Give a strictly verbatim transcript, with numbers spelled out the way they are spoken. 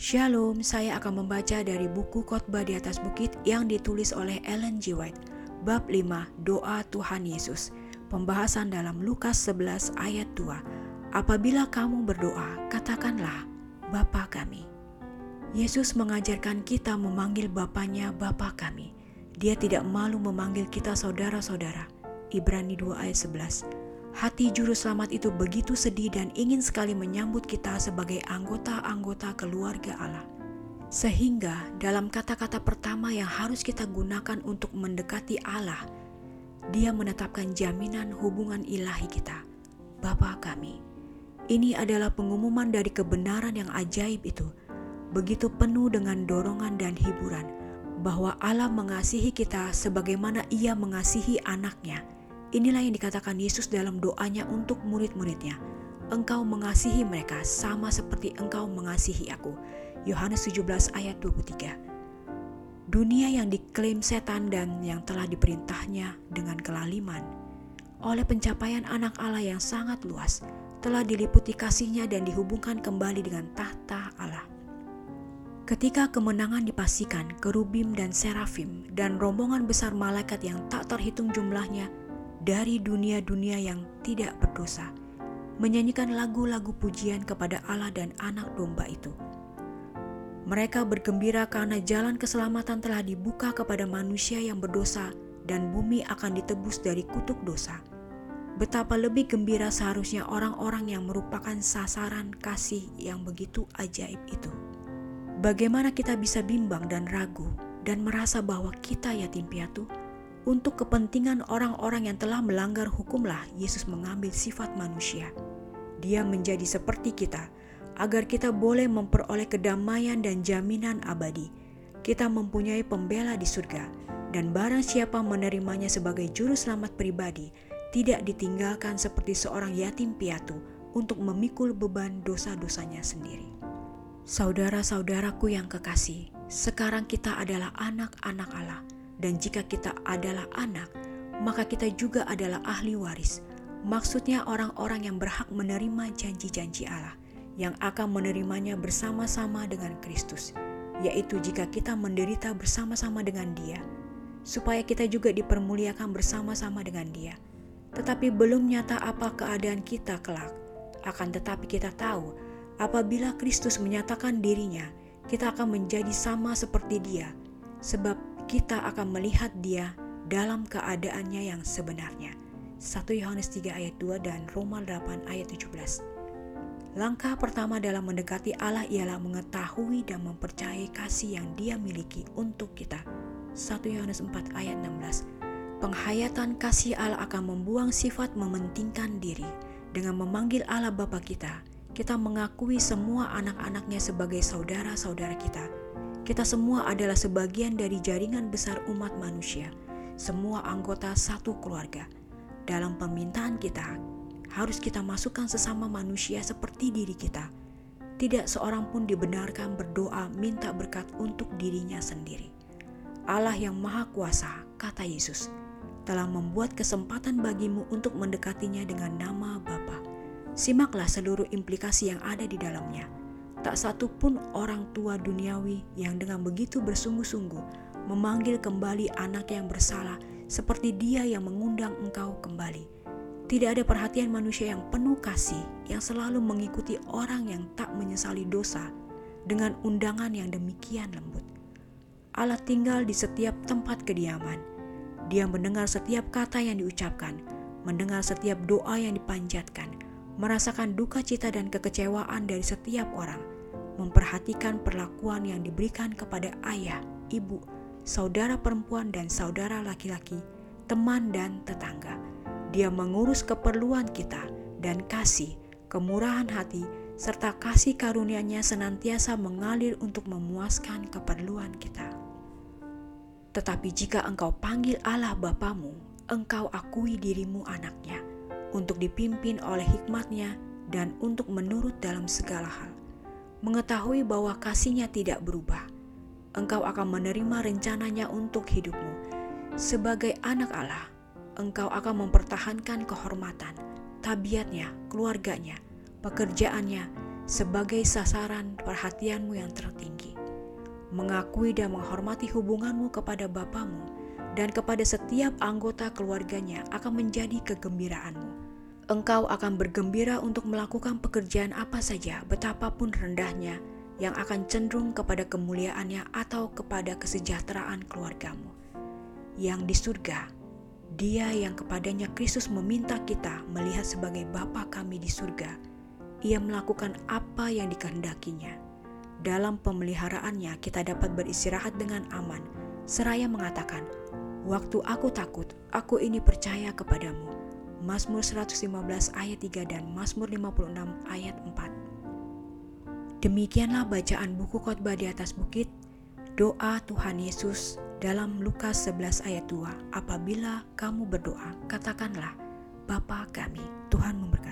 Shalom, saya akan membaca dari buku Khotbah di atas Bukit yang ditulis oleh Ellen G. White. Bab lima, Doa Tuhan Yesus. Pembahasan dalam Lukas sebelas ayat dua. Apabila kamu berdoa, katakanlah, Bapa kami. Yesus mengajarkan kita memanggil Bapanya Bapa kami. Dia tidak malu memanggil kita saudara-saudara. Ibrani dua ayat sebelas. Hati juru selamat itu begitu sedih dan ingin sekali menyambut kita sebagai anggota-anggota keluarga Allah. Sehingga dalam kata-kata pertama yang harus kita gunakan untuk mendekati Allah, Dia menetapkan jaminan hubungan ilahi kita. Bapa kami. Ini adalah pengumuman dari kebenaran yang ajaib itu, begitu penuh dengan dorongan dan hiburan, bahwa Allah mengasihi kita sebagaimana Ia mengasihi anaknya. Inilah yang dikatakan Yesus dalam doanya untuk murid-muridnya. Engkau mengasihi mereka sama seperti engkau mengasihi aku. Yohanes tujuh belas ayat dua puluh tiga. Dunia yang diklaim setan dan yang telah diperintahnya dengan kelaliman, oleh pencapaian anak Allah yang sangat luas, telah diliputi kasihnya dan dihubungkan kembali dengan tahta Allah. Ketika kemenangan dipastikan, kerubim dan serafim dan rombongan besar malaikat yang tak terhitung jumlahnya dari dunia-dunia yang tidak berdosa menyanyikan lagu-lagu pujian kepada Allah dan anak domba itu. Mereka bergembira karena jalan keselamatan telah dibuka kepada manusia yang berdosa dan bumi akan ditebus dari kutuk dosa. Betapa lebih gembira seharusnya orang-orang yang merupakan sasaran kasih yang begitu ajaib itu. Bagaimana kita bisa bimbang dan ragu dan merasa bahwa kita yatim piatu? Untuk kepentingan orang-orang yang telah melanggar hukumlah Yesus mengambil sifat manusia. Dia menjadi seperti kita, agar kita boleh memperoleh kedamaian dan jaminan abadi. Kita mempunyai pembela di surga, dan barang siapa menerimanya sebagai juru selamat pribadi, tidak ditinggalkan seperti seorang yatim piatu untuk memikul beban dosa-dosanya sendiri. Saudara-saudaraku yang kekasih, sekarang kita adalah anak-anak Allah. Dan jika kita adalah anak, maka kita juga adalah ahli waris. Maksudnya orang-orang yang berhak menerima janji-janji Allah, yang akan menerimanya bersama-sama dengan Kristus, yaitu jika kita menderita bersama-sama dengan Dia, supaya kita juga dipermuliakan bersama-sama dengan Dia. Tetapi belum nyata apa keadaan kita kelak. Akan tetapi kita tahu, apabila Kristus menyatakan dirinya, kita akan menjadi sama seperti Dia, sebab kita akan melihat Dia dalam keadaannya yang sebenarnya. satu Yohanes tiga ayat dua dan Roma delapan ayat tujuh belas. Langkah pertama dalam mendekati Allah ialah mengetahui dan mempercayai kasih yang Dia miliki untuk kita. satu Yohanes empat ayat enam belas. Penghayatan kasih Allah akan membuang sifat mementingkan diri. Dengan memanggil Allah Bapa kita, kita mengakui semua anak-anaknya sebagai saudara-saudara kita. Kita semua adalah sebagian dari jaringan besar umat manusia, semua anggota satu keluarga. Dalam permintaan kita, harus kita masukkan sesama manusia seperti diri kita. Tidak seorang pun dibenarkan berdoa minta berkat untuk dirinya sendiri. Allah yang Maha Kuasa, kata Yesus, telah membuat kesempatan bagimu untuk mendekatinya dengan nama Bapa. Simaklah seluruh implikasi yang ada di dalamnya. Tak satu pun orang tua duniawi yang dengan begitu bersungguh-sungguh memanggil kembali anak yang bersalah seperti Dia yang mengundang engkau kembali. Tidak ada perhatian manusia yang penuh kasih yang selalu mengikuti orang yang tak menyesali dosa dengan undangan yang demikian lembut. Allah tinggal di setiap tempat kediaman. Dia mendengar setiap kata yang diucapkan, mendengar setiap doa yang dipanjatkan, merasakan duka cita dan kekecewaan dari setiap orang, memperhatikan perlakuan yang diberikan kepada ayah, ibu, saudara perempuan dan saudara laki-laki, teman dan tetangga. Dia mengurus keperluan kita dan kasih, kemurahan hati, serta kasih karunia-Nya senantiasa mengalir untuk memuaskan keperluan kita. Tetapi jika engkau panggil Allah Bapamu, engkau akui dirimu anaknya, untuk dipimpin oleh hikmat-Nya dan untuk menurut dalam segala hal. Mengetahui bahwa kasih-Nya tidak berubah, engkau akan menerima rencana-Nya untuk hidupmu. Sebagai anak Allah, engkau akan mempertahankan kehormatan, tabiatnya, keluarganya, pekerjaannya, sebagai sasaran perhatianmu yang tertinggi. Mengakui dan menghormati hubunganmu kepada Bapamu dan kepada setiap anggota keluarganya akan menjadi kegembiraanmu. Engkau akan bergembira untuk melakukan pekerjaan apa saja, betapapun rendahnya, yang akan cenderung kepada kemuliaannya atau kepada kesejahteraan keluargamu. Yang di surga, Dia yang kepadanya Kristus meminta kita melihat sebagai Bapa kami di surga, Ia melakukan apa yang dikehendakinya. Dalam pemeliharaannya kita dapat beristirahat dengan aman, seraya mengatakan, "Waktu aku takut, aku ini percaya kepadamu." Mazmur seratus lima belas ayat tiga dan Mazmur lima puluh enam ayat empat. Demikianlah bacaan buku khotbah di atas bukit, doa Tuhan Yesus dalam Lukas sebelas ayat dua. Apabila kamu berdoa, katakanlah, Bapa kami. Tuhan memberkati.